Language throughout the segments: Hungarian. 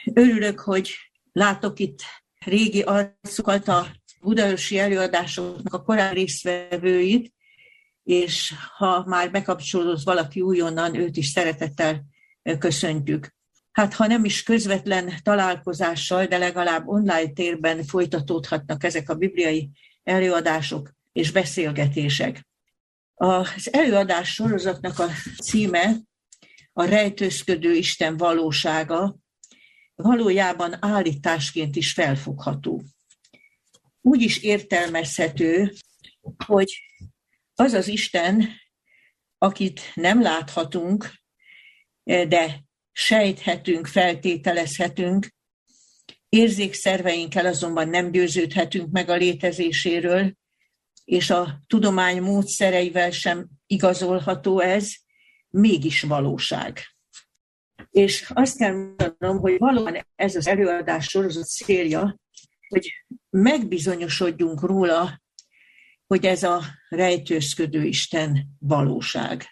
Örülök, hogy látok itt régi arcokat, a budaörsi előadásoknak a korábbi résztvevőit, és ha már bekapcsolódott valaki újonnan, őt is szeretettel köszöntjük. Hát ha nem is közvetlen találkozással, de legalább online térben folytatódhatnak ezek a bibliai előadások és beszélgetések. Az előadás sorozatnak a címe a rejtőzködő Isten valósága, valójában állításként is felfogható. Úgy is értelmezhető, hogy az az Isten, akit nem láthatunk, de sejthetünk, feltételezhetünk, érzékszerveinkkel azonban nem győződhetünk meg a létezéséről, és a tudomány módszereivel sem igazolható ez, mégis valóság. És azt kell mondanom, hogy valóban ez az előadás sorozat célja, hogy megbizonyosodjunk róla, hogy ez a rejtőzködő Isten valóság.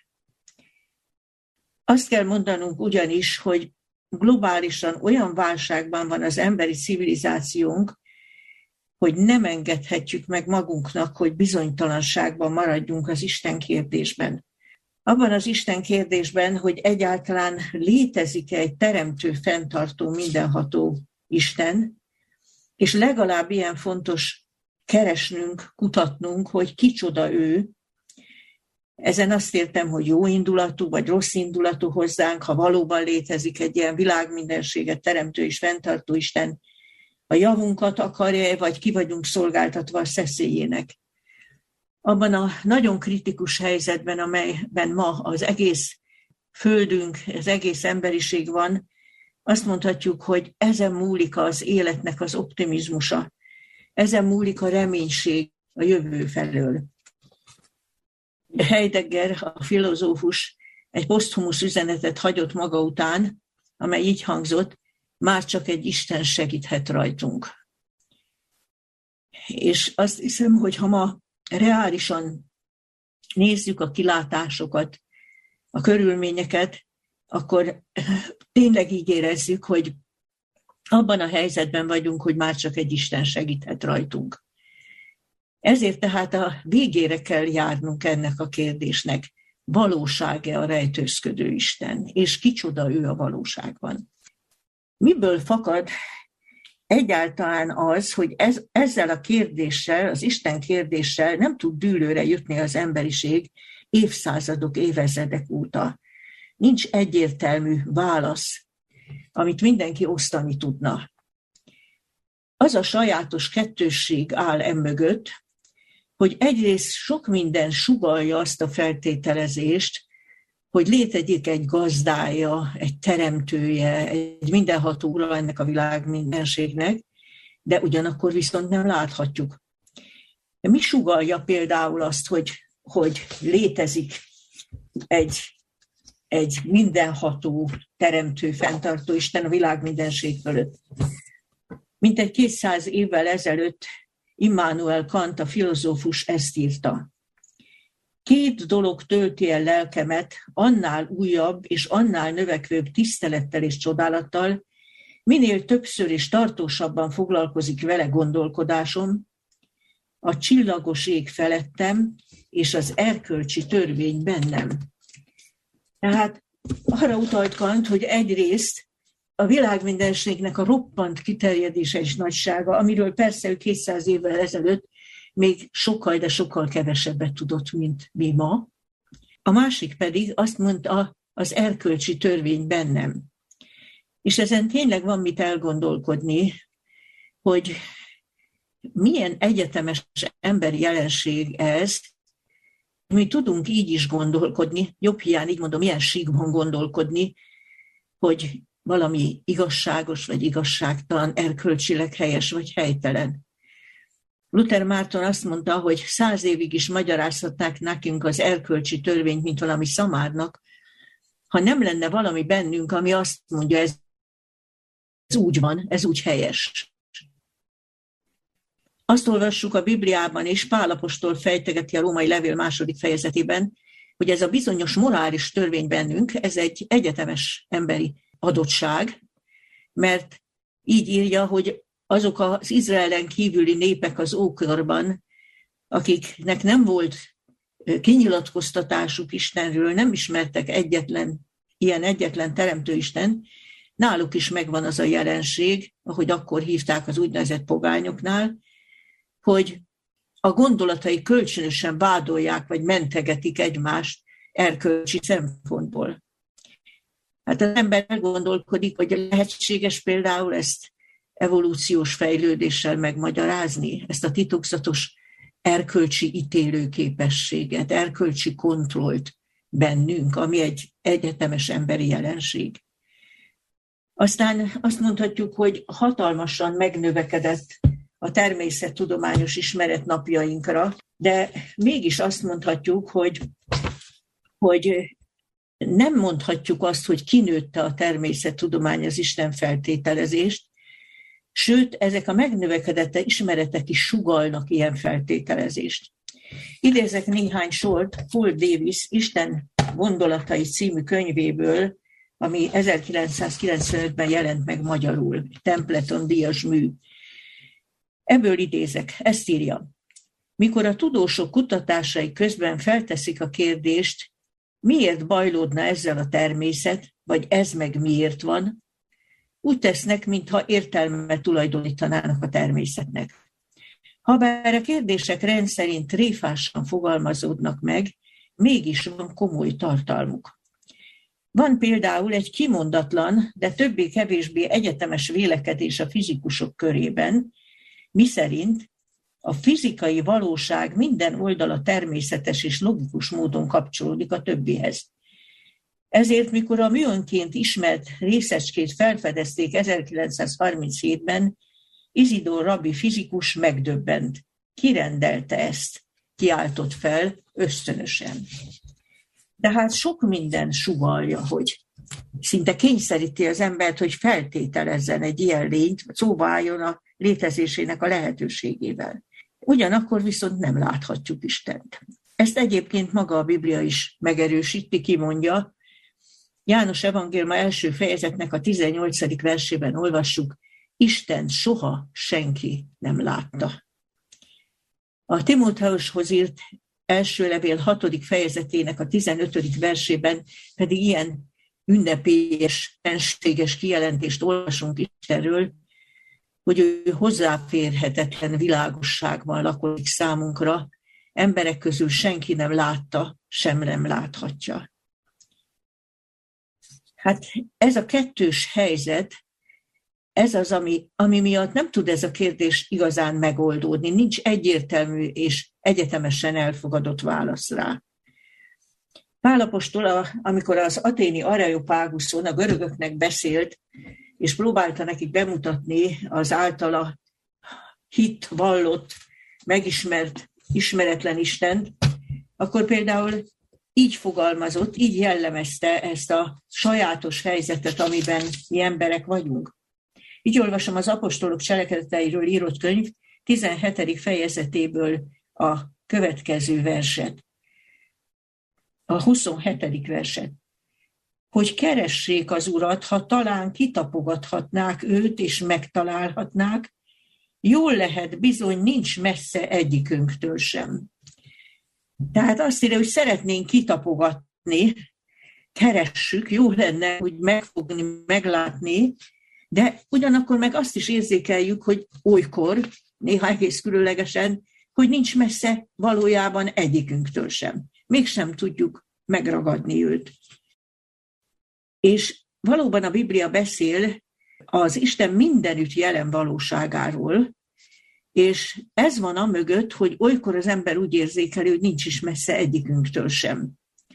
Azt kell mondanunk ugyanis, hogy globálisan olyan válságban van az emberi civilizációnk, hogy nem engedhetjük meg magunknak, hogy bizonytalanságban maradjunk az Isten kérdésben. Abban az Isten kérdésben, hogy egyáltalán létezik-e egy teremtő, fenntartó, mindenható Isten, és legalább ilyen fontos keresnünk, kutatnunk, hogy kicsoda ő. Ezen azt értem, hogy jó indulatú vagy rossz indulatú hozzánk, ha valóban létezik egy ilyen világmindenséget teremtő és fenntartó Isten, a javunkat akarja, vagy ki vagyunk szolgáltatva a szeszélyének. Abban a nagyon kritikus helyzetben, amelyben ma az egész földünk, az egész emberiség van, azt mondhatjuk, hogy ezen múlik az életnek az optimizmusa, ezen múlik a reménység a jövő felől. Heidegger, a filozófus, egy poszthumusz üzenetet hagyott maga után, amely így hangzott: már csak egy Isten segíthet rajtunk. És azt hiszem, hogy ha ma reálisan nézzük a kilátásokat, a körülményeket, akkor tényleg így érezzük, hogy abban a helyzetben vagyunk, hogy már csak egy Isten segíthet rajtunk. Ezért tehát a végére kell járnunk ennek a kérdésnek. Valóság-e a rejtőzködő Isten? És kicsoda ő a valóságban? Miből fakad egyáltalán az, hogy ezzel a kérdéssel, az Isten kérdéssel nem tud dűlőre jutni az emberiség évszázadok, évezredek óta? Nincs egyértelmű válasz, amit mindenki osztani tudna. Az a sajátos kettősség áll emögött, hogy egyrészt sok minden sugallja azt a feltételezést, hogy létezik egy gazdája, egy teremtője, egy mindenható ura ennek a világ mindenségnek, de ugyanakkor viszont nem láthatjuk. De mi sugallja például azt, hogy létezik egy mindenható teremtő, fenntartó Isten a világ mindenség fölött? Mintegy 200 évvel ezelőtt Immanuel Kant, a filozófus, ezt írta: két dolog tölti el lelkemet annál újabb és annál növekvőbb tisztelettel és csodálattal, minél többször és tartósabban foglalkozik vele gondolkodásom, a csillagos ég felettem és az erkölcsi törvény bennem. Tehát arra utalt Kant, hogy egyrészt a világmindenségnek a roppant kiterjedése és nagysága, amiről persze ő 200 évvel ezelőtt még sokkal, de sokkal kevesebbet tudott, mint mi ma. A másik pedig azt mondta, az erkölcsi törvény bennem. És ezen tényleg van mit elgondolkodni, hogy milyen egyetemes emberi jelenség ez. Mi tudunk így is gondolkodni, jobb hiány így mondom, milyen síkban gondolkodni, hogy valami igazságos vagy igazságtalan, erkölcsileg helyes vagy helytelen. Luther Márton azt mondta, hogy 100 évig is magyarázhatnák nekünk az erkölcsi törvényt, mint valami szamárnak, ha nem lenne valami bennünk, ami azt mondja, ez úgy van, ez úgy helyes. Azt olvassuk a Bibliában, és Pál apostol fejtegeti a Római Levél 2. fejezetében, hogy ez a bizonyos morális törvény bennünk, ez egy egyetemes emberi adottság, mert így írja, hogy azok az Izraelen kívüli népek az ókorban, akiknek nem volt kinyilatkoztatásuk Istenről, nem ismertek egyetlen teremtőisten, náluk is megvan az a jelenség, ahogy akkor hívták az úgynevezett pogányoknál, hogy a gondolatai kölcsönösen vádolják, vagy mentegetik egymást erkölcsi szempontból. Hát az ember elgondolkodik, hogy lehetséges például ezt evolúciós fejlődéssel megmagyarázni, ezt a titokzatos erkölcsi ítélőképességet, erkölcsi kontrollt bennünk, ami egy egyetemes emberi jelenség. Aztán azt mondhatjuk, hogy hatalmasan megnövekedett a természettudományos ismeret napjainkra, de mégis azt mondhatjuk, hogy nem mondhatjuk azt, hogy kinőtte a természettudomány az Isten feltételezést, sőt, ezek a megnövekedett ismeretek is sugallnak ilyen feltételezést. Idézek néhány sort Paul Davis Isten gondolatai című könyvéből, ami 1995-ben jelent meg magyarul, Templeton díjas mű. Ebből idézek, ezt írja. Mikor a tudósok kutatásai közben felteszik a kérdést, miért bajlódna ezzel a természet, vagy ez meg miért van, úgy tesznek, mintha értelmet tulajdonítanának a természetnek. Habár a kérdések rendszerint tréfásan fogalmazódnak meg, mégis van komoly tartalmuk. Van például egy kimondatlan, de többé-kevésbé egyetemes vélekedés a fizikusok körében, miszerint a fizikai valóság minden oldala természetes és logikus módon kapcsolódik a többihez. Ezért, mikor a műönként ismert részecskét felfedezték 1937-ben, Isidor rabbi fizikus megdöbbent. Kirendelte ezt, kiáltott fel ösztönösen. De hát sok minden sugallja, hogy szinte kényszeríti az embert, hogy feltételezzen egy ilyen lényt, szóba álljon a létezésének a lehetőségével. Ugyanakkor viszont nem láthatjuk Istent. Ezt egyébként maga a Biblia is megerősíti, kimondja. János evangéliuma első fejezetnek a 18. versében olvassuk, Istent soha senki nem látta. A Timóteushoz írt első levél 6. fejezetének a 15. versében pedig ilyen ünnepélyes, enséges kijelentést olvasunk Istenről, hogy ő hozzáférhetetlen világosságban lakozik számunkra, emberek közül senki nem látta, sem nem láthatja. Hát ez a kettős helyzet, ez az, ami miatt nem tud ez a kérdés igazán megoldódni. Nincs egyértelmű és egyetemesen elfogadott válasz rá. Pál apostol, amikor az athéni Areopáguszon a görögöknek beszélt, és próbálta nekik bemutatni az általa hitt, vallott, megismert, ismeretlen Istent, akkor például így fogalmazott, így jellemezte ezt a sajátos helyzetet, amiben mi emberek vagyunk. Így olvasom az apostolok cselekedeteiről írott könyv 17. fejezetéből a következő verset. A 27. verset. Hogy keressék az Urat, ha talán kitapogathatnák őt, és megtalálhatnák, jól lehet, bizony nincs messze egyikünktől sem. Tehát azt írja, hogy szeretnénk kitapogatni, keressük, jó lenne, hogy megfogni, meglátni, de ugyanakkor meg azt is érzékeljük, hogy olykor, néha egész különlegesen, hogy nincs messze valójában egyikünktől sem. Mégsem tudjuk megragadni őt. És valóban a Biblia beszél az Isten mindenütt jelen valóságáról, és ez van amögött, hogy olykor az ember úgy érzékeli, hogy nincs is messze egyikünktől sem.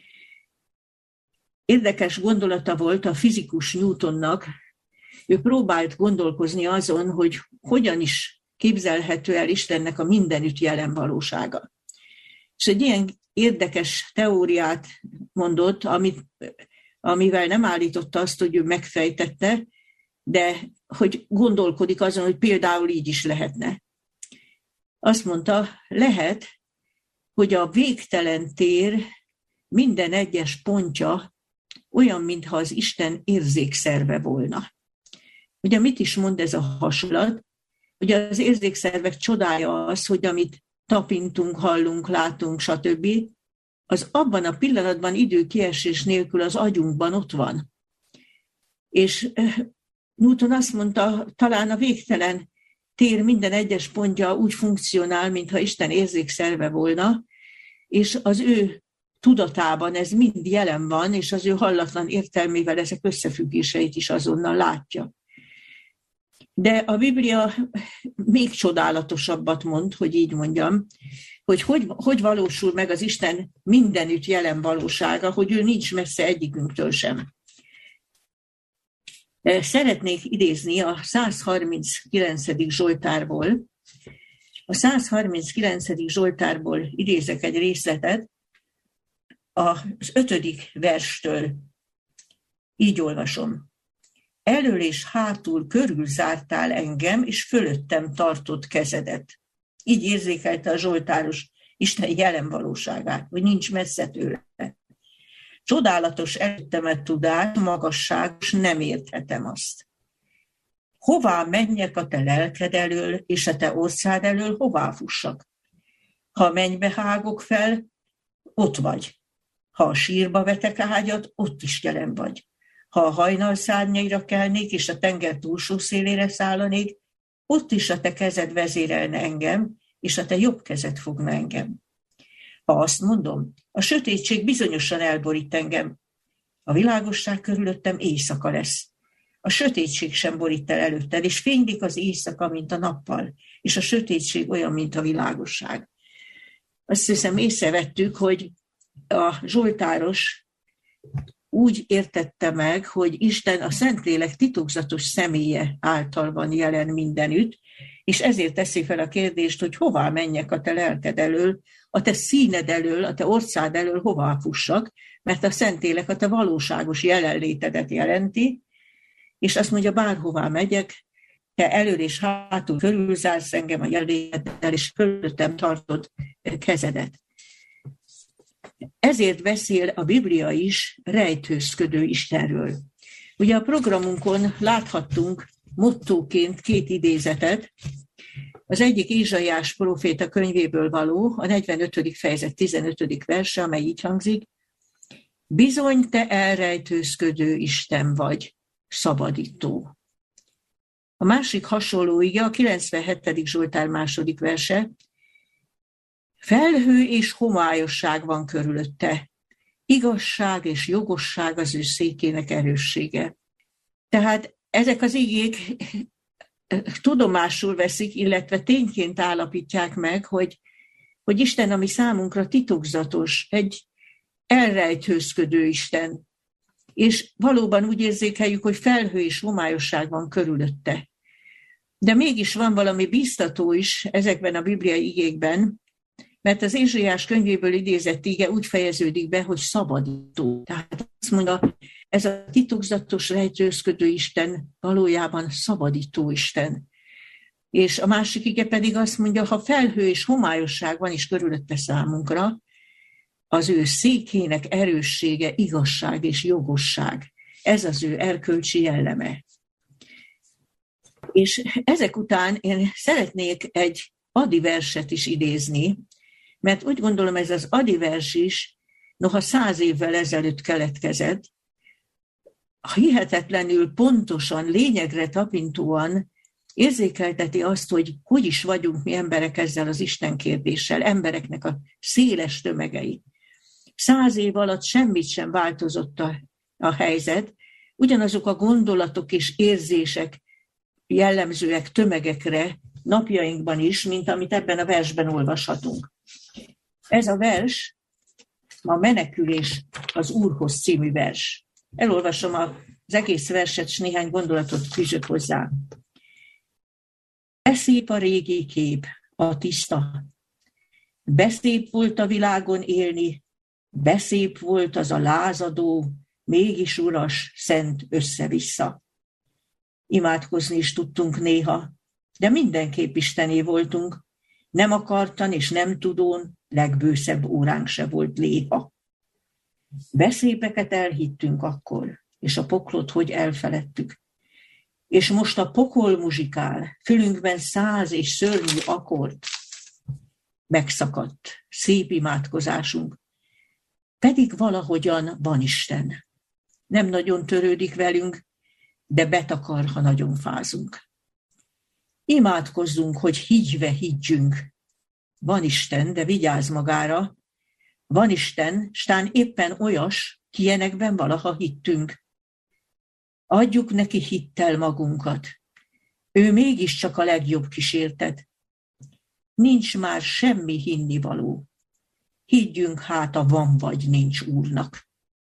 Érdekes gondolata volt a fizikus Newtonnak, ő próbált gondolkozni azon, hogy hogyan is képzelhető el Istennek a mindenütt jelen valósága. És egy ilyen érdekes teóriát mondott, amivel nem állította azt, hogy ő megfejtette, de hogy gondolkodik azon, hogy például így is lehetne. Azt mondta, lehet, hogy a végtelen tér minden egyes pontja olyan, mintha az Isten érzékszerve volna. Ugye mit is mond ez a hasonlat? Ugye az érzékszervek csodája az, hogy amit tapintunk, hallunk, látunk, stb., az abban a pillanatban időkiesés nélkül az agyunkban ott van. És Newton azt mondta, talán a végtelen tér minden egyes pontja úgy funkcionál, mintha Isten érzékszerve volna, és az ő tudatában ez mind jelen van, és az ő hallatlan értelmével ezek összefüggéseit is azonnal látja. De a Biblia még csodálatosabbat mond, hogy így mondjam, hogy valósul meg az Isten mindenütt jelen valósága, hogy ő nincs messze egyikünktől sem. Szeretnék idézni a 139. Zsoltárból. A 139. Zsoltárból idézek egy részletet, az 5. verstől. Így olvasom. Elől és hátul körülzártál engem, és fölöttem tartott kezedet. Így érzékelte a zsoltáros Isten jelen valóságát, hogy nincs messze tőle. Csodálatos előttemet tudás, magasságos, nem érthetem azt. Hová menjek a te lelked elől, és a te orszád elől hová fussak? Ha a mennybe hágok fel, ott vagy. Ha a sírba vetek ágyat, ott is jelen vagy. Ha a hajnal szárnyaira kelnék, és a tenger túlsó szélére szállanék, ott is a te kezed vezérelne engem, és a te jobb kezed fogna engem. Ha azt mondom, a sötétség bizonyosan elborít engem, a világosság körülöttem éjszaka lesz. A sötétség sem borít el előtted, és fénylik az éjszaka, mint a nappal, és a sötétség olyan, mint a világosság. Azt hiszem észrevettük, hogy a zsoltáros úgy értette meg, hogy Isten a Szentlélek titokzatos személye által van jelen mindenütt, és ezért teszi fel a kérdést, hogy hová menjek a te lelked elől, a te színed elől, a te orszád elől hová fussak, mert a Szentlélek a te valóságos jelenlétedet jelenti, és azt mondja, bárhová megyek, te elől és hátul körülzársz engem a jelenléteddel, és fölöttem tartod kezedet. Ezért beszél a Biblia is rejtőzködő Istenről. Ugye a programunkon láthattunk mottóként 2 idézetet. Az egyik Ézsaiás próféta könyvéből való, a 45. fejezet 15. verse, amely így hangzik. Bizony te elrejtőzködő Isten vagy, szabadító. A másik hasonló ige, a 97. Zsoltár 2. verse. Felhő és homályosság van körülötte, igazság és jogosság az ő székének erőssége. Tehát ezek az igék tudomásul veszik, illetve tényként állapítják meg, hogy Isten, ami számunkra titokzatos, egy elrejtőzködő Isten, és valóban úgy érzékeljük, hogy felhő és homályosság van körülötte. De mégis van valami biztató is ezekben a bibliai igékben, mert az Ézsaiás könyvéből idézett ige úgy fejeződik be, hogy szabadító. Tehát azt mondja, ez a titokzatos rejtőzködő Isten valójában szabadító Isten. És a másik ige pedig azt mondja, ha felhő és homályosság van is körülötte számunkra, az ő székének erőssége, igazság és jogosság. Ez az ő erkölcsi jelleme. És ezek után én szeretnék egy adi verset is idézni, mert úgy gondolom, ez az adi vers is, noha 100 évvel ezelőtt keletkezett, hihetetlenül pontosan, lényegre tapintóan érzékelteti azt, hogy is vagyunk mi emberek ezzel az Isten kérdéssel, embereknek a széles tömegei. 100 év alatt semmit sem változott a helyzet, ugyanazok a gondolatok és érzések jellemzőek tömegekre napjainkban is, mint amit ebben a versben olvashatunk. Ez a vers, a Menekülés az Úrhoz című vers. Elolvasom az egész verset, és néhány gondolatot fűzök hozzá. Beszép a régi kép, a tiszta. Beszép volt a világon élni, beszép volt az a lázadó, mégis uras, szent össze-vissza. Imádkozni is tudtunk néha, de mindenképp Istené voltunk, nem akartan és nem tudón, legbőszebb óránk se volt léha. Beszépeket elhittünk akkor, és a poklot hogy elfeledtük. és most a pokol muzsikál, fülünkben száz és szörnyű akkord. Megszakadt, szép imádkozásunk. Pedig valahogyan van Isten. Nem nagyon törődik velünk, de betakar, ha nagyon fázunk. Imádkozzunk, hogy higgyve higgyünk. Van Isten, de vigyázz magára. Van Isten, stán éppen olyas, kilyenekben valaha hittünk. Adjuk neki hittel magunkat. Ő mégiscsak a legjobb kísértet. Nincs már semmi hinnivaló. Higgyünk hát a van vagy nincs Úrnak.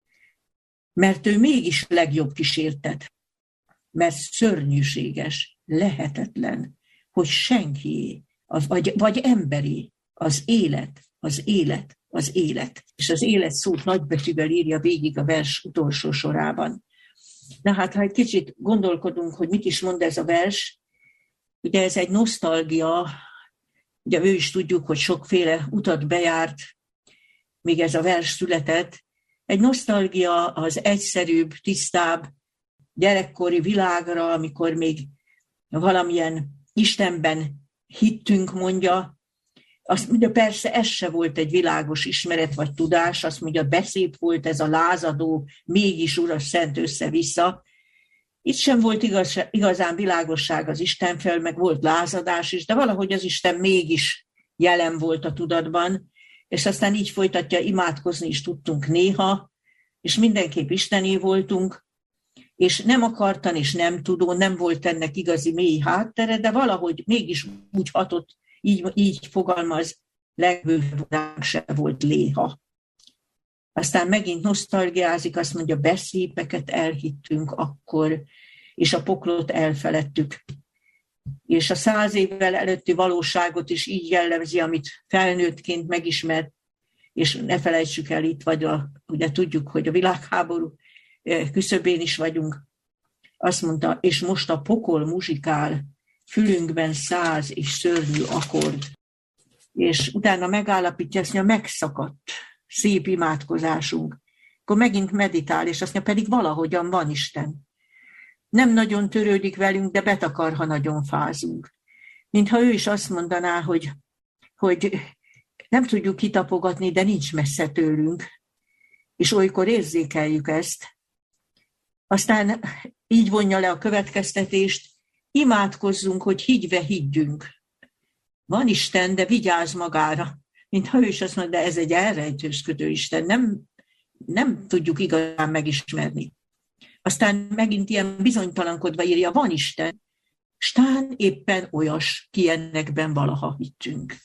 Mert ő mégis legjobb kísértet. Mert szörnyűséges, lehetetlen, hogy senkié, vagy emberi, az élet, az élet, az élet. És az élet szót nagybetűvel írja végig a vers utolsó sorában. Na hát, ha egy kicsit gondolkodunk, hogy mit is mond ez a vers, ugye ez egy nosztalgia, ugye ő is tudjuk, hogy sokféle utat bejárt, míg ez a vers született. Egy nosztalgia az egyszerűbb, tisztább, gyerekkori világra, amikor még valamilyen Istenben hittünk, mondja. Azt mondja, persze ez se volt egy világos ismeret vagy tudás, azt mondja, beszéd volt ez a lázadó, mégis Uras szent össze-vissza. Itt sem volt igazán világosság az Isten fel, meg volt lázadás is, de valahogy az Isten mégis jelen volt a tudatban, és aztán így folytatja, imádkozni is tudtunk néha, és mindenképp Istené voltunk, és nem akartan és nem tudó, nem volt ennek igazi mély háttere, de valahogy mégis úgy hatott, így fogalmaz, legbővebb se volt léha. Aztán megint nosztalgiázik, azt mondja, beszépeket elhittünk akkor, és a poklot elfeledtük. És a 100 évvel előtti valóságot is így jellemzi, amit felnőttként megismert, és ne felejtsük el itt, ugye tudjuk, hogy a világháború küszöbén is vagyunk. Azt mondta, és most a pokol muzsikál, fülünkben száz és szörnyű akkord. És utána megállapítja, azt mondja, megszakadt, szép imádkozásunk. Akkor megint meditál, és azt mondja, pedig valahogyan van Isten. Nem nagyon törődik velünk, de betakar, ha nagyon fázunk. Mintha ő is azt mondaná, hogy nem tudjuk kitapogatni, de nincs messze tőlünk. És olykor érzékeljük ezt. Aztán így vonja le a következtetést, imádkozzunk, hogy higgyve higgyünk. Van Isten, de vigyázz magára. Mintha ő is azt mondja, de ez egy elrejtőzködő Isten, nem tudjuk igazán megismerni. Aztán megint ilyen bizonytalankodva írja, van Isten, stán éppen olyas, kilyenekben valaha hittünk.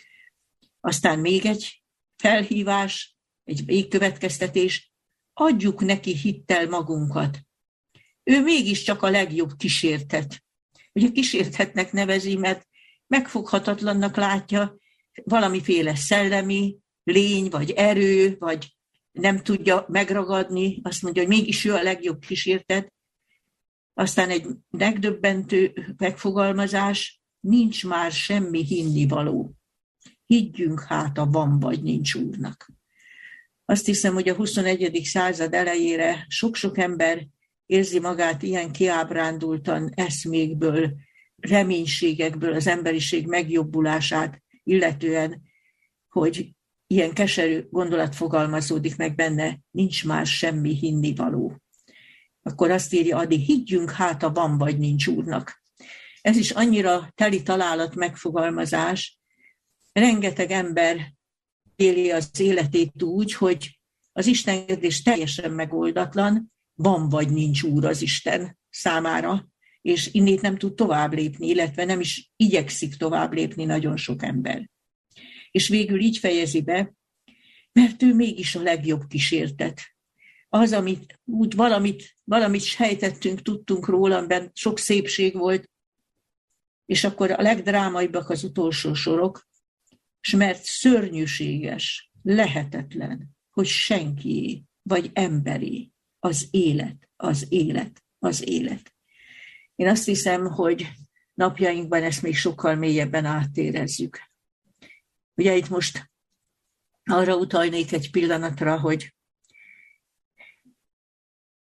Aztán még egy felhívás, egy végkövetkeztetés, adjuk neki hittel magunkat. Ő mégiscsak a legjobb kísértet. Ugye kísértetnek nevezi, mert megfoghatatlannak látja valamiféle szellemi lény, vagy erő, vagy nem tudja megragadni, azt mondja, hogy mégis ő a legjobb kísértet. Aztán egy megdöbbentő megfogalmazás, nincs már semmi hinnivaló. Higgyünk hát a van vagy nincs Úrnak. Azt hiszem, hogy a 21. század elejére sok-sok ember érzi magát ilyen kiábrándultan eszmékből, reménységekből, az emberiség megjobbulását illetően, hogy ilyen keserű gondolat fogalmazódik meg benne, nincs már semmi hinnivaló. Akkor azt írja Adi, higgyünk hát a van vagy nincs Úrnak. Ez is annyira teli találat megfogalmazás, rengeteg ember éli az életét úgy, hogy az Isten kérdés teljesen megoldatlan, van vagy nincs Úr az Isten számára, és innét nem tud tovább lépni, illetve nem is igyekszik tovább lépni nagyon sok ember. És végül így fejezi be, mert ő mégis a legjobb kísértet. Az, amit úgy valamit sejtettünk, tudtunk róla, amiben sok szépség volt, és akkor a legdrámaibbak az utolsó sorok, és mert szörnyűséges, lehetetlen, hogy senkié, vagy emberi, az élet, az élet, az élet. Én azt hiszem, hogy napjainkban ezt még sokkal mélyebben átérezzük. Ugye itt most arra utalnék egy pillanatra, hogy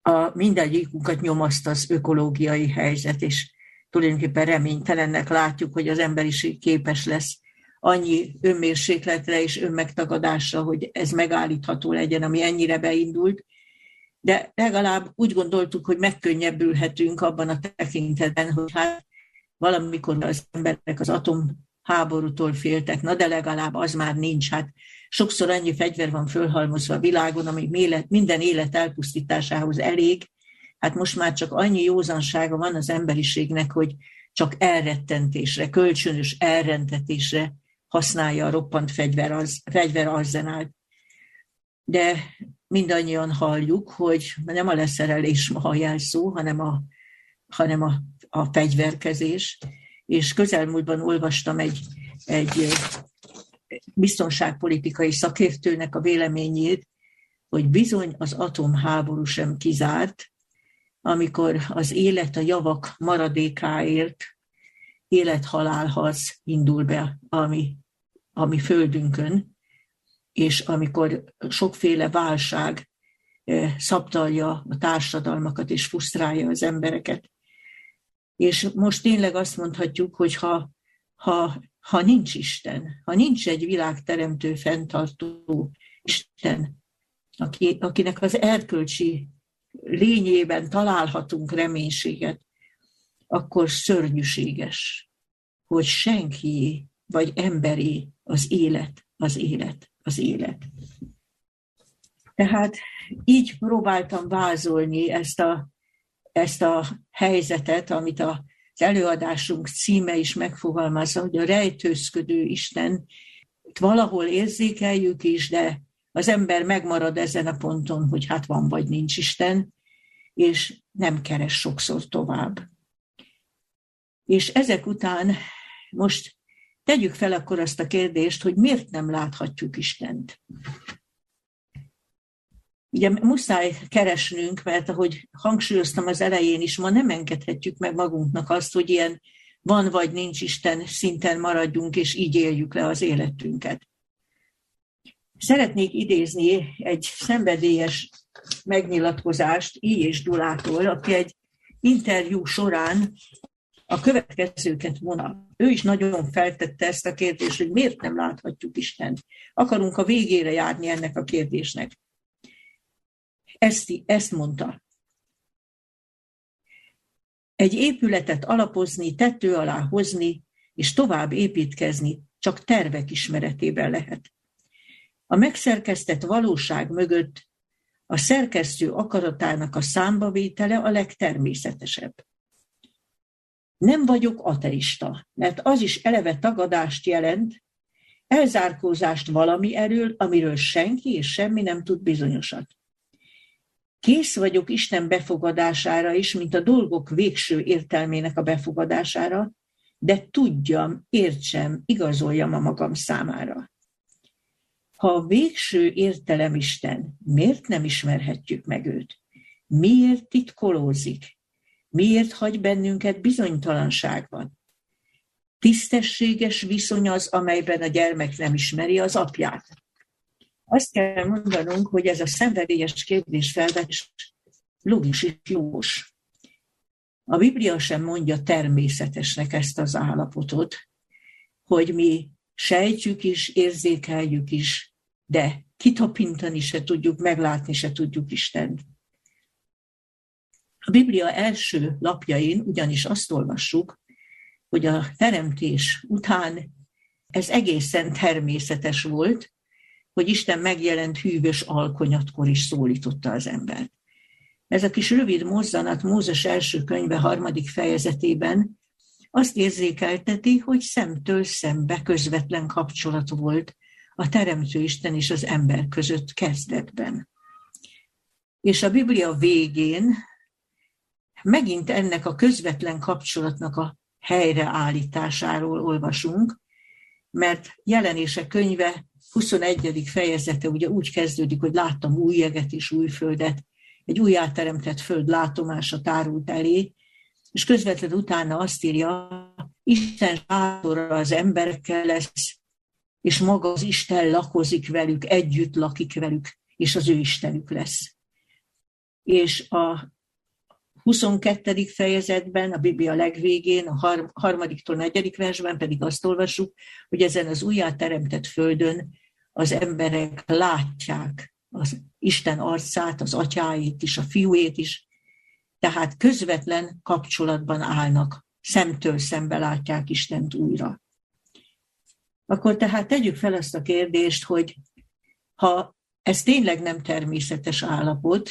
mindegyikünket nyomaszt az ökológiai helyzet, és tulajdonképpen reménytelennek látjuk, hogy az emberiség képes lesz annyi önmérsékletre és önmegtagadásra, hogy ez megállítható legyen, ami ennyire beindult. De legalább úgy gondoltuk, hogy megkönnyebbülhetünk abban a tekintetben, hogy hát valamikor az emberek az atomháborútól féltek, na de legalább az már nincs. Hát sokszor annyi fegyver van fölhalmozva a világon, ami minden élet elpusztításához elég. Hát most már csak annyi józansága van az emberiségnek, hogy csak elrettentésre, kölcsönös elrentetésre használja a roppant fegyverarzenált. De mindannyian halljuk, hogy nem a leszerelés a jelszó, hanem a fegyverkezés. És közelmúltban olvastam egy biztonságpolitikai szakértőnek a véleményét, hogy bizony az atomháború sem kizárt, amikor az élet a javak maradékáért élet-halálharc indul be a mi földünkön, és amikor sokféle válság szabdalja a társadalmakat és frusztrálja az embereket. És most tényleg azt mondhatjuk, hogy ha nincs Isten, ha nincs egy világteremtő, fenntartó Isten, akinek az erkölcsi lényében találhatunk reménységet, akkor szörnyűséges, hogy senki vagy emberi az élet, az élet, az élet. Tehát így próbáltam vázolni ezt a helyzetet, amit az előadásunk címe is megfogalmazza, hogy a rejtőzködő Isten valahol érzékeljük is, de az ember megmarad ezen a ponton, hogy hát van vagy nincs Isten, és nem keres sokszor tovább. És ezek után most tegyük fel akkor azt a kérdést, hogy miért nem láthatjuk Istent. Ugye muszáj keresnünk, mert ahogy hangsúlyoztam az elején is, ma nem engedhetjük meg magunknak azt, hogy ilyen van vagy nincs Isten szinten maradjunk, és így éljük le az életünket. Szeretnék idézni egy szenvedélyes megnyilatkozást I. és Dulától, aki egy interjú során a következőket mondta. Ő is nagyon feltette ezt a kérdést, hogy miért nem láthatjuk Istent. Akarunk a végére járni ennek a kérdésnek. Ezt mondta. Egy épületet alapozni, tető alá hozni, és tovább építkezni csak tervek ismeretében lehet. A megszerkesztett valóság mögött a szerkesztő akaratának a számbavétele a legtermészetesebb. Nem vagyok ateista, mert az is eleve tagadást jelent, elzárkózást valami erről, amiről senki és semmi nem tud bizonyosat. Kész vagyok Isten befogadására is, mint a dolgok végső értelmének a befogadására, de tudjam, értsem, igazoljam a magam számára. Ha a végső értelem Isten, miért nem ismerhetjük meg őt? Miért titkolózik? Miért hagy bennünket bizonytalanságban? Tisztességes viszony az, amelyben a gyermek nem ismeri az apját. Azt kell mondanunk, hogy ez a szenvedélyes kérdésfelvetés logikus és jogos. A Biblia sem mondja természetesnek ezt az állapotot, hogy mi sejtjük is, érzékeljük is, de kitapintani se tudjuk, meglátni se tudjuk Istent. A Biblia első lapjain ugyanis azt olvassuk, hogy a teremtés után ez egészen természetes volt, hogy Isten megjelent hűvös alkonyatkor is szólította az embert. Ez a kis rövid mozzanat Mózes első könyve 3. fejezetében azt érzékelteti, hogy szemtől szembe közvetlen kapcsolat volt a Teremtő Isten és az ember között kezdetben. És a Biblia végén megint ennek a közvetlen kapcsolatnak a helyreállításáról olvasunk, mert Jelenések könyve 21. fejezete ugye úgy kezdődik, hogy láttam új jeget és új földet, egy újjáteremtett föld látomása tárult elé, és közvetlenül utána azt írja, Isten sátora az emberekkel lesz, és maga az Isten lakozik velük, együtt lakik velük, és az ő Istenük lesz. És a 22. fejezetben, a Biblia legvégén, a 3-tól 4. versben pedig azt olvassuk, hogy ezen az újjáteremtett földön az emberek látják az Isten arcát, az atyáét is, a fiúét is, tehát közvetlen kapcsolatban állnak, szemtől szembe látják Istent újra. Akkor tehát tegyük fel azt a kérdést, hogy ha ez tényleg nem természetes állapot,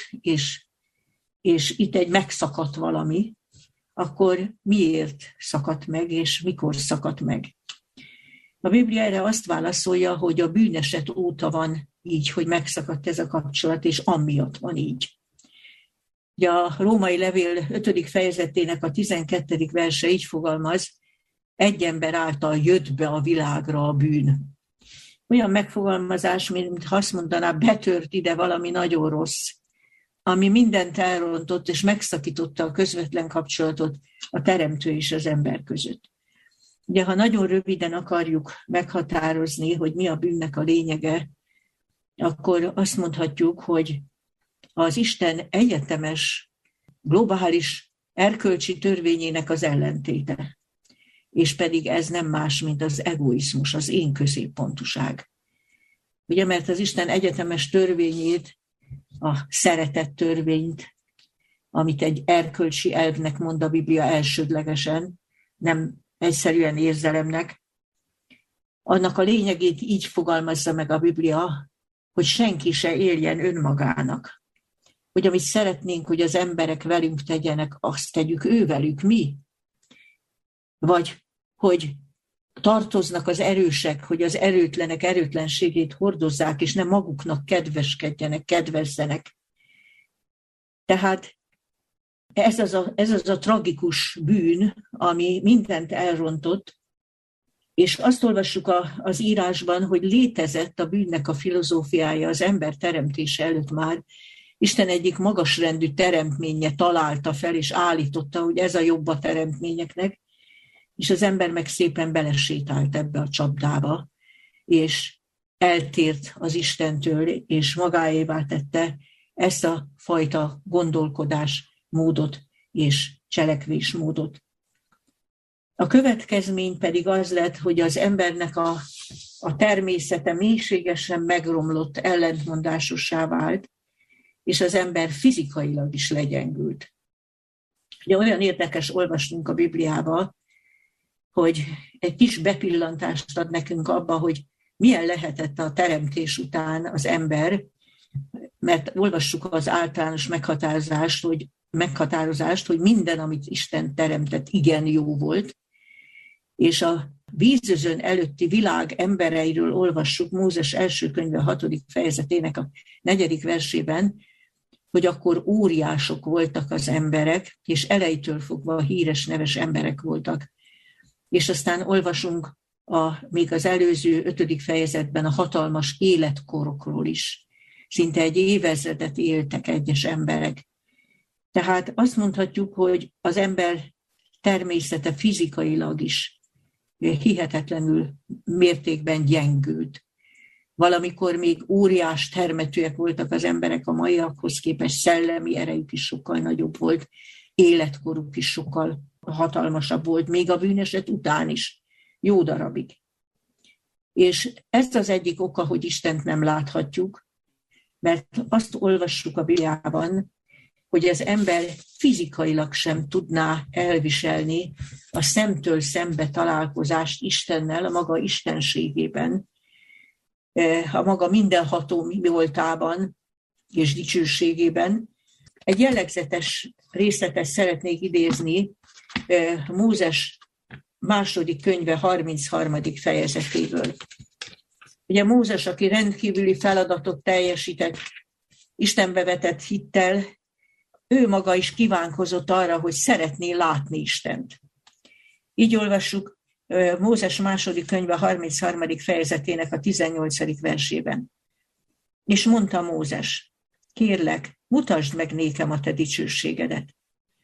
és itt egy megszakadt valami, akkor miért szakadt meg, és mikor szakadt meg? A Biblia erre azt válaszolja, hogy a bűneset óta van így, hogy megszakadt ez a kapcsolat, és amiatt van így. Ugye a Római Levél 5. fejezetének a 12. verse így fogalmaz, egy ember által jött be a világra a bűn. Olyan megfogalmazás, mintha azt mondaná, betört ide valami nagyon rossz, ami mindent elrontott és megszakította a közvetlen kapcsolatot a teremtő és az ember között. Ugye, ha nagyon röviden akarjuk meghatározni, hogy mi a bűnnek a lényege, akkor azt mondhatjuk, hogy az Isten egyetemes, globális erkölcsi törvényének az ellentéte. És pedig ez nem más, mint az egoizmus, az én középpontúság. Ugye, mert az Isten egyetemes törvényét, a szeretet törvényt, amit egy erkölcsi elvnek mond a Biblia elsődlegesen, nem egyszerűen érzelemnek, annak a lényegét így fogalmazza meg a Biblia, hogy senki se éljen önmagának. Hogy amit szeretnénk, hogy az emberek velünk tegyenek, azt tegyük ővelük mi. Vagy hogy tartoznak az erősek, hogy az erőtlenek erőtlenségét hordozzák, és nem maguknak kedveskedjenek, kedvezzenek. Tehát ez az a tragikus bűn, ami mindent elrontott, és azt olvassuk az írásban, hogy létezett a bűnnek a filozófiája az ember teremtése előtt már. Isten egyik magasrendű teremtménye találta fel, és állította, hogy ez a jobb a teremtményeknek, és az ember meg szépen belesétált ebbe a csapdába, és eltért az Istentől, és magáévá tette ezt a fajta gondolkodásmódot és cselekvésmódot. A következmény pedig az lett, hogy az embernek a természete mélységesen megromlott, ellentmondásossá vált, és az ember fizikailag is legyengült. Ugye olyan érdekes olvasnunk a Bibliába, hogy egy kis bepillantást ad nekünk abba, hogy milyen lehetett a teremtés után az ember, mert olvassuk az általános meghatározást, hogy minden, amit Isten teremtett, igen jó volt, és a vízözön előtti világ embereiről olvassuk Mózes első könyve 6. fejezetének a 4. versében, hogy akkor óriások voltak az emberek, és elejétől fogva híres, neves emberek voltak. És aztán olvasunk még az előző 5. fejezetben a hatalmas életkorokról is. Szinte egy évezredet éltek egyes emberek. Tehát azt mondhatjuk, hogy az ember természete fizikailag is hihetetlenül mértékben gyengült. Valamikor még óriás termetőek voltak az emberek, a maiakhoz képest szellemi erejük is sokkal nagyobb volt, életkoruk is sokkal hatalmasabb volt, még a bűneset után is, jó darabig. És ez az egyik oka, hogy Istent nem láthatjuk, mert azt olvassuk a Bibliában, hogy az ember fizikailag sem tudná elviselni a szemtől szembe találkozást Istennel, a maga istenségében, a maga mindenható mi voltában és dicsőségében. Egy jellegzetes részletet szeretnék idézni Mózes második könyve 33. fejezetéből. Ugye Mózes, aki rendkívüli feladatot teljesített, Istenbe vetett hittel, ő maga is kívánkozott arra, hogy szeretné látni Istent. Így olvassuk Mózes második könyve 33. fejezetének a 18. versében. És mondta Mózes, kérlek, mutasd meg nékem a te dicsőségedet.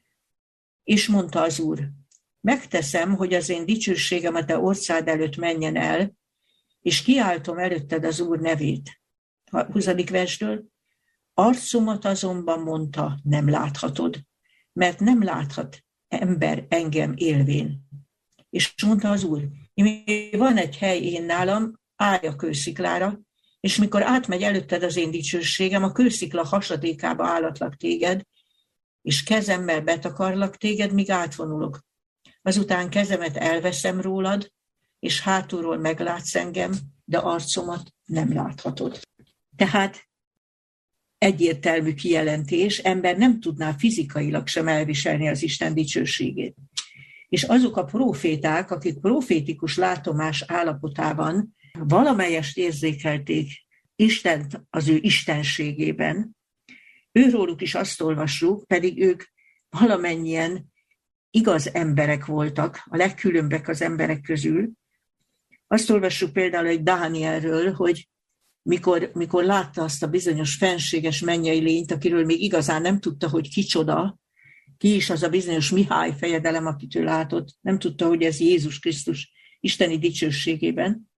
És mondta az Úr, megteszem, hogy az én dicsőségem a te orszád előtt menjen el, és kiáltom előtted az Úr nevét. 20. verstől. Arcomat azonban mondta, nem láthatod, mert nem láthat ember engem élvén. És mondta az Úr, van egy hely én nálam, állj a kősziklára, és mikor átmegy előtted az én dicsőségem, a kőszikla hasadékába állatlak téged, és kezemmel betakarlak téged, míg átvonulok. Azután kezemet elveszem rólad, és hátulról meglátsz engem, de arcomat nem láthatod. Tehát egyértelmű kijelentés, ember nem tudná fizikailag sem elviselni az Isten dicsőségét. És azok a próféták, akik profétikus látomás állapotában valamelyest érzékelték Istent az ő istenségében, őróluk is azt olvassuk, pedig ők valamennyien igaz emberek voltak, a legkülönbek az emberek közül. Azt olvassuk például egy Dánielről, hogy mikor látta azt a bizonyos fenséges mennyei lényt, akiről még igazán nem tudta, hogy kicsoda, ki is az a bizonyos Mihály fejedelem, akit ő látott, nem tudta, hogy ez Jézus Krisztus isteni dicsőségében,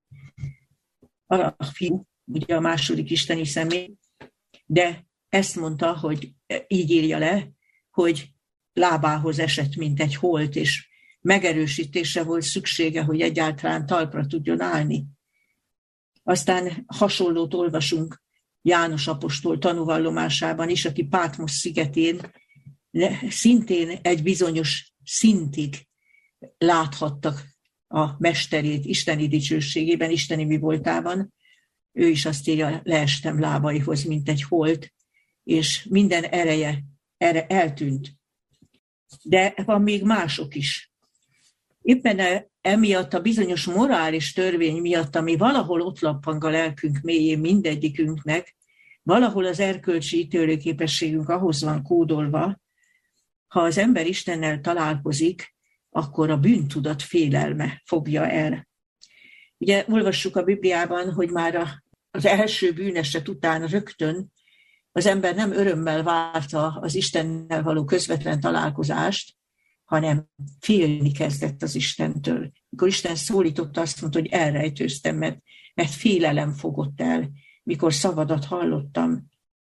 a fiú, ugye a második isteni személy, de ezt mondta, hogy így írja le, hogy lábához esett, mint egy holt, és megerősítésre volt szüksége, hogy egyáltalán talpra tudjon állni. Aztán hasonlót olvasunk János apostol tanúvallomásában is, aki Pátmos szigetén szintén egy bizonyos szintig láthattak a mesterét isteni dicsőségében, isteni mi voltában. Ő is azt írja, leestem lábaihoz, mint egy holt, és minden ereje eltűnt. De van még mások is. Éppen emiatt a bizonyos morális törvény miatt, ami valahol ott lappang a lelkünk mélyén mindegyikünknek, valahol az erkölcsi ítélőképességünk ahhoz van kódolva, ha az ember Istennel találkozik, akkor a bűntudat félelme fogja el. Ugye olvassuk a Bibliában, hogy már az első bűneset után rögtön az ember nem örömmel várta az Istennel való közvetlen találkozást, hanem félni kezdett az Istentől. Mikor Isten szólította, azt mondta, hogy elrejtőztem, mert félelem fogott el, mikor szavadat hallottam.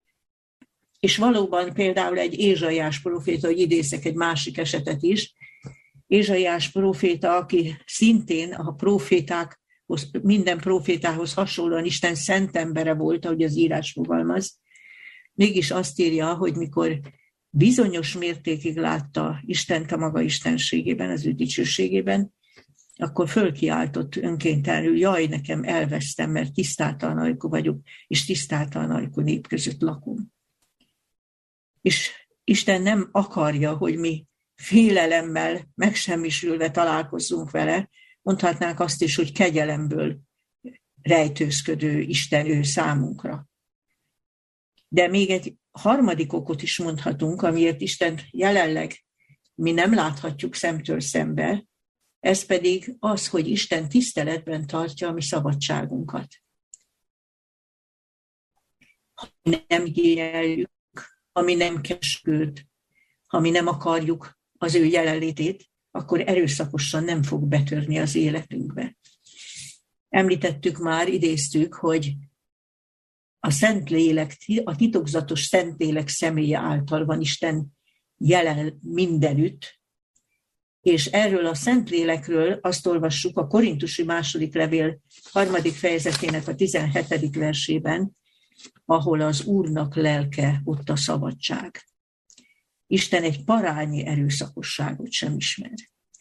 És valóban például egy Ézsaiás próféta, hogy idézek egy másik esetet is, Ézsaiás próféta, aki szintén a prófétákhoz, minden prófétához hasonlóan Isten szent embere volt, ahogy az írás fogalmaz, mégis azt írja, hogy mikor bizonyos mértékig látta Istent a maga istenségében, az ő dicsőségében, akkor fölkiáltott önkéntelenül, jaj, nekem elvesztem, mert tisztátalan ajkú vagyok, és tisztátalan ajkú nép között lakom. És Isten nem akarja, hogy mi félelemmel, megsemmisülve találkozzunk vele, mondhatnánk azt is, hogy kegyelemből rejtőzködő Isten ő számunkra. De még egy harmadik okot is mondhatunk, amiért Istent jelenleg mi nem láthatjuk szemtől szembe, ez pedig az, hogy Isten tiszteletben tartja a mi szabadságunkat. Ha mi nem igényeljük, ha mi nem keresgőd, ha mi nem akarjuk az ő jelenlétét, akkor erőszakosan nem fog betörni az életünkbe. Említettük már, idéztük, hogy a Szentlélek, a titokzatos Szentlélek személye által van Isten jelen mindenütt, és erről a Szentlélekről azt olvassuk a Korintusi második levél 3. fejezetének a 17. versében, ahol az Úrnak lelke, ott a szabadság. Isten egy parányi erőszakosságot sem ismer.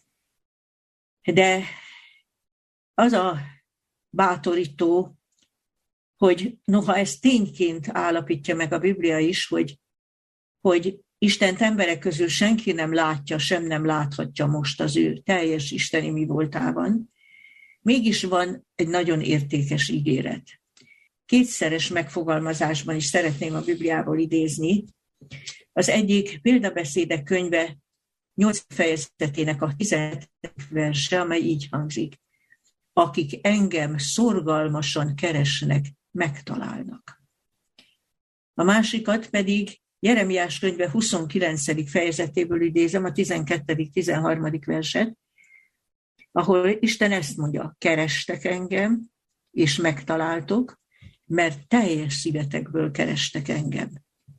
De az a bátorító, hogy noha ez tényként állapítja meg a Biblia is, hogy Istent emberek közül senki nem látja, sem nem láthatja most az ő teljes isteni mi voltában, mégis van egy nagyon értékes ígéret. Kétszeres megfogalmazásban is szeretném a Bibliából idézni. Az egyik Példabeszédek könyve 8. fejezetének a 17. verse, amely így hangzik. Akik engem szorgalmasan keresnek, megtalálnak. A másikat pedig Jeremiás könyve 29. fejezetéből idézem, a 12.-13. verset, ahol Isten ezt mondja, kerestek engem, és megtaláltok, mert teljes szívetekből kerestek engem.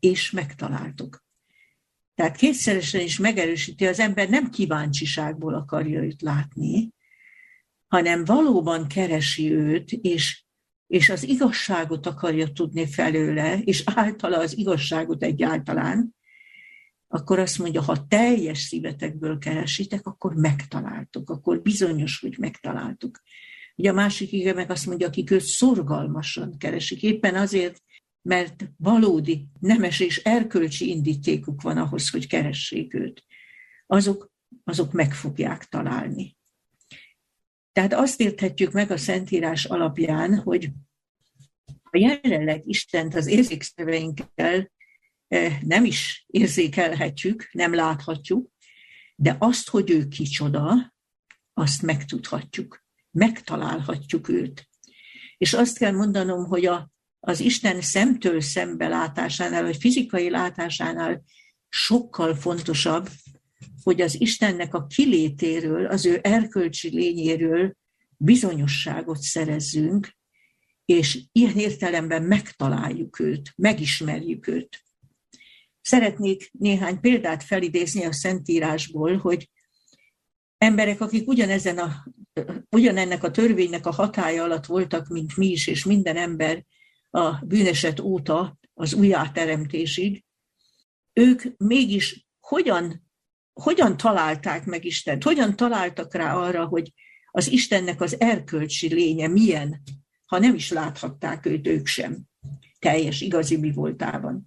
és megtaláltuk. Tehát kétszeresen is megerősíti, az ember nem kíváncsiságból akarja őt látni, hanem valóban keresi őt, és az igazságot akarja tudni felőle, és általa az igazságot egyáltalán, akkor azt mondja, ha teljes szívetekből keresitek, akkor megtaláltuk, akkor bizonyos, hogy megtaláltuk. Ugye a másik ige meg azt mondja, akik őt szorgalmasan keresik, éppen azért, mert valódi nemes és erkölcsi indítékuk van ahhoz, hogy keressék őt. Azok meg fogják találni. Tehát azt érthetjük meg a Szentírás alapján, hogy a jelenleg Istent az érzékszerveinkkel nem is érzékelhetjük, nem láthatjuk, de azt, hogy ő kicsoda, azt megtudhatjuk, megtalálhatjuk őt. És azt kell mondanom, hogy az Isten szemtől szembe látásánál, vagy fizikai látásánál sokkal fontosabb, hogy az Istennek a kilétéről, az ő erkölcsi lényéről bizonyosságot szerezzünk, és ilyen értelemben megtaláljuk őt, megismerjük őt. Szeretnék néhány példát felidézni a Szentírásból, hogy emberek, akik ugyanennek a törvénynek a hatálya alatt voltak, mint mi is, és minden ember a bűneset óta az újjáteremtésig, ők mégis hogyan találták meg Istent? Hogyan találtak rá arra, hogy az Istennek az erkölcsi lénye milyen, ha nem is láthatták őt sem teljes, igazi mi voltában.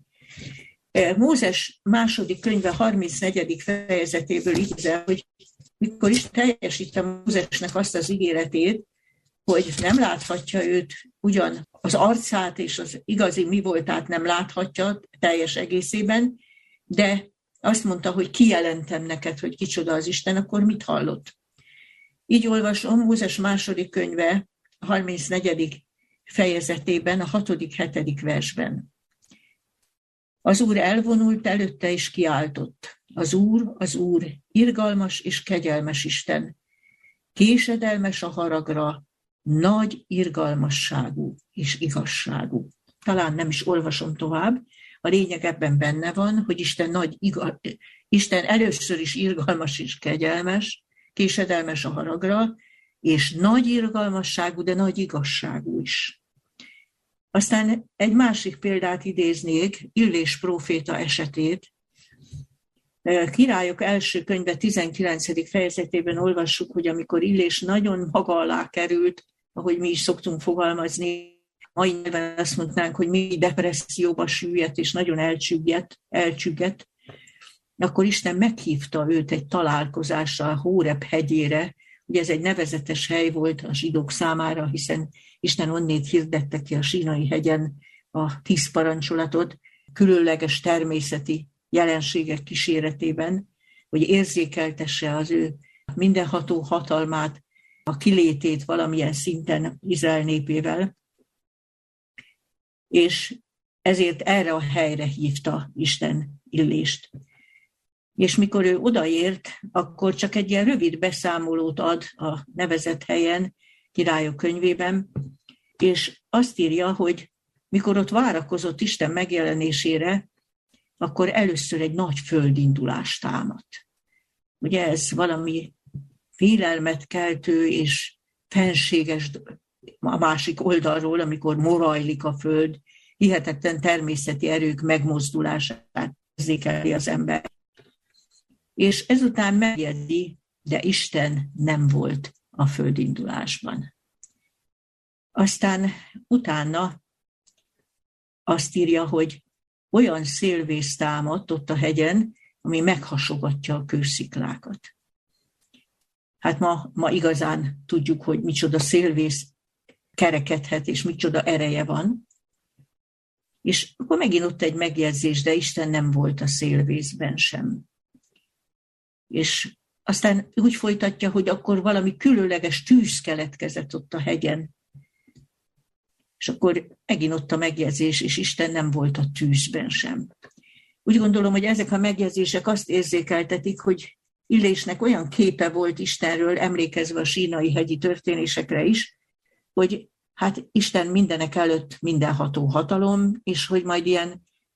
Mózes második könyve 34. fejezetéből idézel, hogy mikor is teljesítte Mózesnek azt az ígéretét, hogy nem láthatja őt, ugyan az arcát és az igazi mi voltát nem láthatja teljes egészében, de azt mondta, hogy kijelentem neked, hogy kicsoda az Isten, akkor mit hallott? Így olvasom Mózes második könyve 34. fejezetében, a 6.-7. versben. Az Úr elvonult előtte és kiáltott. Az Úr, irgalmas és kegyelmes Isten, késedelmes a haragra, nagy irgalmasságú és igazságú. Talán nem is olvasom tovább, a lényeg ebben benne van, hogy Isten először is irgalmas és kegyelmes, késedelmes a haragra, és nagy irgalmasságú, de nagy igazságú is. Aztán egy másik példát idéznék, Illés próféta esetét. Királyok első könyve 19. fejezetében olvassuk, hogy amikor Illés nagyon maga alá került, ahogy mi is szoktunk fogalmazni, mai nyelven azt mondnánk, hogy mi depresszióba süllyedt és nagyon elcsüggett, akkor Isten meghívta őt egy találkozásra a Hóreb hegyére. Ugye ez egy nevezetes hely volt a zsidók számára, hiszen Isten onnét hirdette ki a Sínai hegyen a 10 parancsolatot, különleges természeti jelenségek kíséretében, hogy érzékeltesse az ő mindenható hatalmát, a kilétét valamilyen szinten Izrael népével, és ezért erre a helyre hívta Isten Illést. És mikor ő odaért, akkor csak egy ilyen rövid beszámolót ad a nevezett helyen, Királyok könyvében, és azt írja, hogy mikor ott várakozott Isten megjelenésére, akkor először egy nagy földindulás támadt. Ugye ez valami félelmet keltő és fenséges a másik oldalról, amikor morajlik a föld, hihetetlen természeti erők megmozdulását érzékeli az ember. És ezután megjegyzi, de Isten nem volt a földindulásban. Aztán utána azt írja, hogy olyan szélvész támadt ott a hegyen, ami meghasogatja a kősziklákat. Hát ma igazán tudjuk, hogy micsoda szélvész kerekedhet, és micsoda ereje van. És akkor megint ott egy megjegyzés, de Isten nem volt a szélvészben sem. És aztán úgy folytatja, hogy akkor valami különleges tűz keletkezett ott a hegyen. És akkor megint ott a megjegyzés, és Isten nem volt a tűzben sem. Úgy gondolom, hogy ezek a megjegyzések azt érzékeltetik, hogy Illésnek olyan képe volt Istenről, emlékezve a sínai hegyi történésekre is, hogy hát Isten mindenek előtt mindenható hatalom, és hogy majd ilyen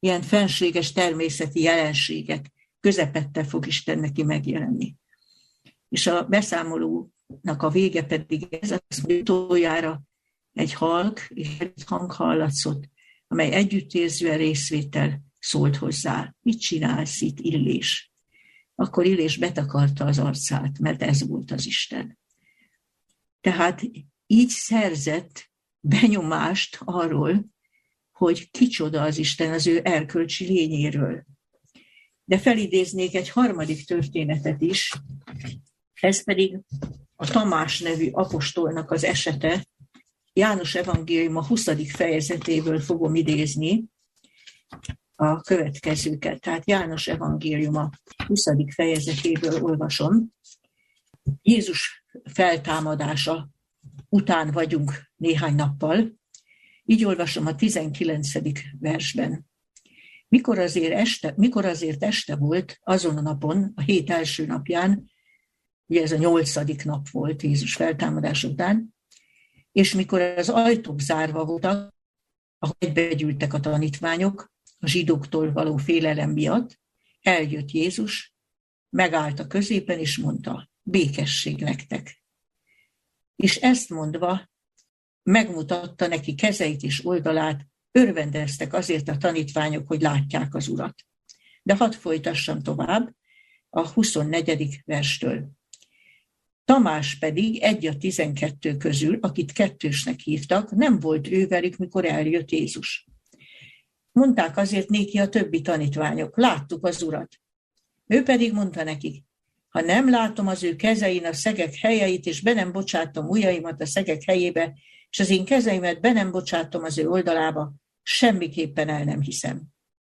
ilyen fenséges természeti jelenségek közepette fog Isten neki megjelenni. És a beszámolónak a vége pedig ez, az utoljára egy halk és egy hang hallatszott, amely együttérzően részvétel szólt hozzá. Mit csinálsz itt, Illés? Akkor Illés betakarta az arcát, mert ez volt az Isten. Tehát így szerzett benyomást arról, hogy kicsoda az Isten az ő erkölcsi lényéről. De felidéznék egy harmadik történetet is, ez pedig a Tamás nevű apostolnak az esete. János evangélium a 20. fejezetéből fogom idézni a következőket. Tehát János evangélium a 20. fejezetéből olvasom. Jézus feltámadása után vagyunk néhány nappal. Így olvasom a 19. versben. Mikor azért este volt azon a napon, a hét első napján, ugye ez a 8. nap volt Jézus feltámadása után, és mikor az ajtók zárva voltak, ahol egybegyűltek a tanítványok, a zsidóktól való félelem miatt, eljött Jézus, megállt a középen, és mondta, békesség nektek. És ezt mondva, megmutatta neki kezeit és oldalát, örvendeztek azért a tanítványok, hogy látják az Urat. De hadd folytassam tovább a 24. verstől. Tamás pedig egy a 12 közül, akit kettősnek hívtak, nem volt ő velük, mikor eljött Jézus. Mondták azért néki a többi tanítványok, láttuk az Urat. Ő pedig mondta nekik, ha nem látom az ő kezein a szegek helyeit, és be nem bocsátom ujjaimat a szegek helyébe, és az én kezeimet be nem bocsátom az ő oldalába, semmiképpen el nem hiszem.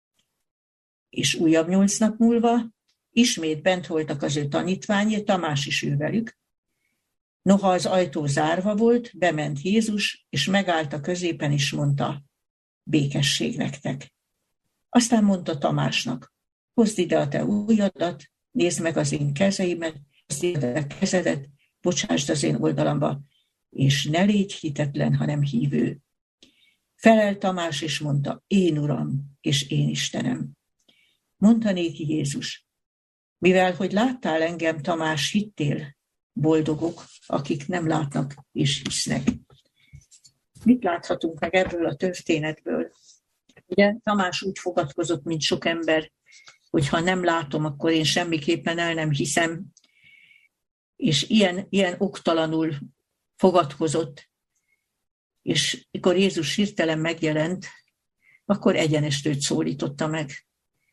És újabb 8 nap múlva ismét bent voltak az ő tanítványai, Tamás is ő velük. Noha az ajtó zárva volt, bement Jézus, és megállt a középen, és mondta, békesség nektek. Aztán mondta Tamásnak, hozd ide a te ujjadat, nézd meg az én kezeimet, hozd ide a kezedet, bocsásd az én oldalamba, és ne légy hitetlen, hanem hívő. Felelt Tamás, és mondta, én Uram, és én Istenem. Mondta néki Jézus, mivel, hogy láttál engem, Tamás, hittél, boldogok, akik nem látnak és hisznek. Mit láthatunk meg ebből a történetből? Ugye Tamás úgy fogadkozott, mint sok ember, hogy ha nem látom, akkor én semmiképpen el nem hiszem, és ilyen oktalanul fogadkozott, és mikor Jézus hirtelen megjelent, akkor egyenest őt szólította meg,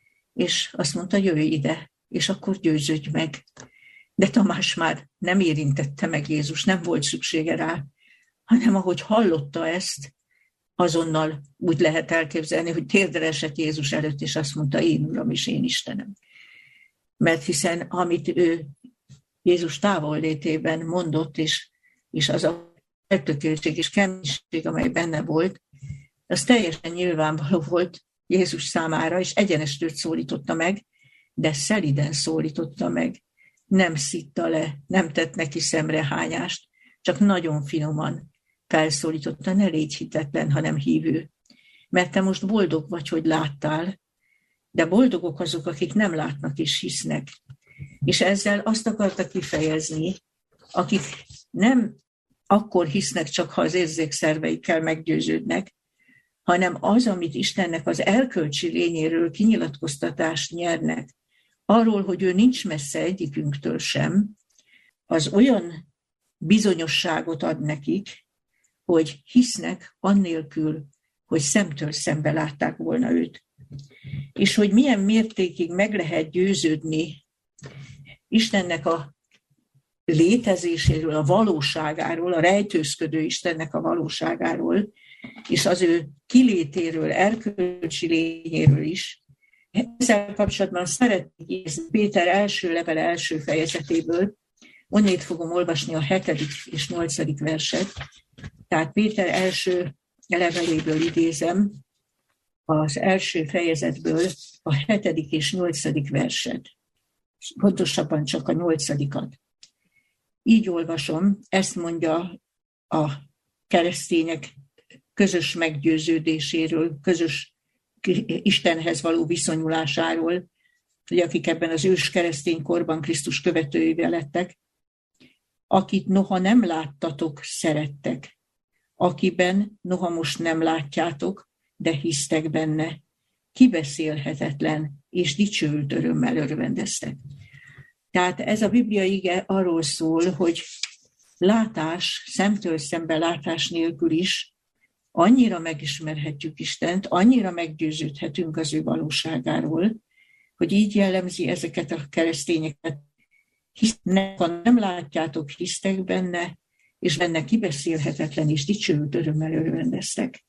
és azt mondta, jöjj ide, és akkor győződj meg. De Tamás már nem érintette meg Jézus, nem volt szüksége rá, hanem ahogy hallotta ezt, azonnal úgy lehet elképzelni, hogy térdre esett Jézus előtt, és azt mondta, én Uram és én Istenem. Mert hiszen amit ő Jézus távollétében mondott, és az a eltökéltség és keménység, amely benne volt, az teljesen nyilvánvaló volt Jézus számára, és egyenest őt szólította meg, de szeliden szólította meg. Nem szitta le, nem tett neki szemrehányást, csak nagyon finoman felszólította, ne légy hitetlen, hanem hívő. Mert te most boldog vagy, hogy láttál, de boldogok azok, akik nem látnak és hisznek. És ezzel azt akarta kifejezni, akik nem akkor hisznek csak, ha az érzékszerveikkel meggyőződnek, hanem az, amit Istennek az erkölcsi lényéről kinyilatkoztatást nyernek, arról, hogy ő nincs messze egyikünktől sem, az olyan bizonyosságot ad nekik, hogy hisznek annélkül, hogy szemtől szembe látták volna őt. És hogy milyen mértékig meg lehet győződni Istennek a létezéséről, a valóságáról, a rejtőzködő Istennek a valóságáról, és az ő kilétéről, erkölcsi lényéről is. Ezzel kapcsolatban szeretnék írni Péter első levele első fejezetéből, onnét fogom olvasni a 7. és 8. verset. Tehát Péter első leveléből idézem, az első fejezetből a 7. és 8. verset. Pontosabban csak a 8. Így olvasom, ezt mondja a keresztények közös meggyőződéséről, közös Istenhez való viszonyulásáról, hogy akik ebben az ős keresztény korban Krisztus követőivel lettek, akit noha nem láttatok, szerettek, akiben noha most nem látjátok, de hisztek benne, kibeszélhetetlen és dicsőült örömmel örvendeztek. Tehát ez a Biblia ige arról szól, hogy látás, szemtől szembe látás nélkül is annyira megismerhetjük Istent, annyira meggyőződhetünk az ő valóságáról, hogy így jellemzi ezeket a keresztényeket. Ha nem látjátok, hisztek benne, és benne kibeszélhetetlen és dicsőült örömmel örvendeztek.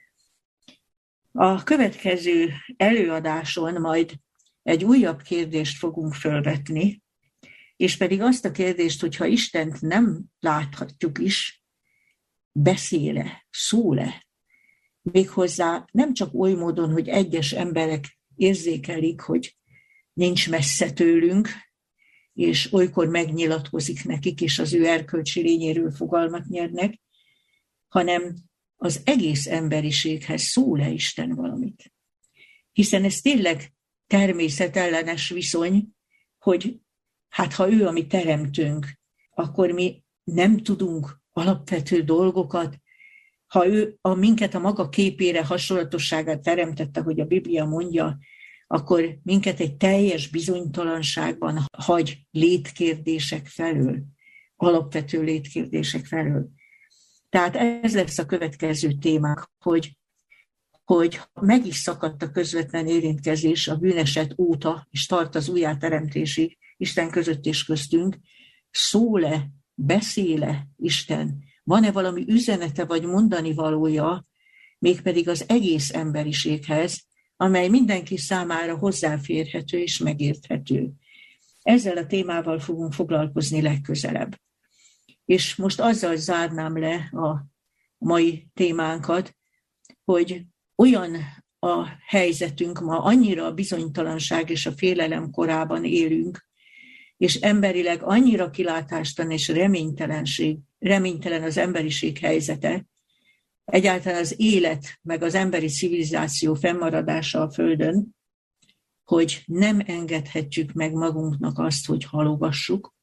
A következő előadáson majd egy újabb kérdést fogunk fölvetni, és pedig azt a kérdést, hogy ha Istent nem láthatjuk is, beszél-e, szól-e? Méghozzá nem csak oly módon, hogy egyes emberek érzékelik, hogy nincs messze tőlünk, és olykor megnyilatkozik nekik, és az ő erkölcsi lényéről fogalmat nyernek, hanem az egész emberiséghez szól-e Isten valamit. Hiszen ez tényleg természetellenes viszony, hogy hát ha ő a mi teremtőnk, akkor mi nem tudunk alapvető dolgokat, ha ő minket a maga képére, hasonlatosságát teremtette, hogy a Biblia mondja, akkor minket egy teljes bizonytalanságban hagy létkérdések felől, alapvető létkérdések felől. Tehát ez lesz a következő témák, hogy meg is szakadt a közvetlen érintkezés a bűneset óta, és tart az újjáteremtésig Isten között és köztünk, szól-e, beszél-e Isten, van-e valami üzenete vagy mondani valója, mégpedig az egész emberiséghez, amely mindenki számára hozzáférhető és megérthető. Ezzel a témával fogunk foglalkozni legközelebb. És most azzal zárnám le a mai témánkat, hogy olyan a helyzetünk ma, annyira a bizonytalanság és a félelem korában élünk, és emberileg annyira kilátástalan és reménytelen az emberiség helyzete, egyáltalán az élet, meg az emberi civilizáció fennmaradása a Földön, hogy nem engedhetjük meg magunknak azt, hogy halogassuk,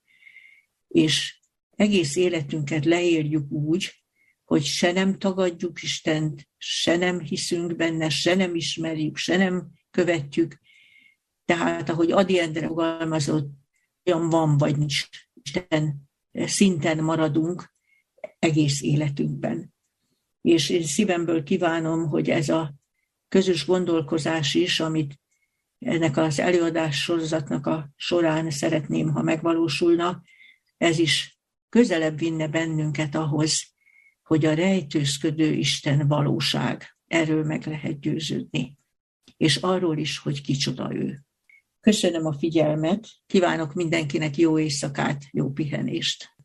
és egész életünket leéljük úgy, hogy se nem tagadjuk Istent, se nem hiszünk benne, se nem ismerjük, se nem követjük. Tehát, ahogy Ady Endre fogalmazott, olyan van vagy nincs, Isten szinten maradunk egész életünkben. És én szívemből kívánom, hogy ez a közös gondolkozás is, amit ennek az előadás sorozatnak a során szeretném, ha megvalósulna, ez is közelebb vinne bennünket ahhoz, hogy a rejtőzködő Isten valóság, erről meg lehet győződni. És arról is, hogy kicsoda ő. Köszönöm a figyelmet, kívánok mindenkinek jó éjszakát, jó pihenést.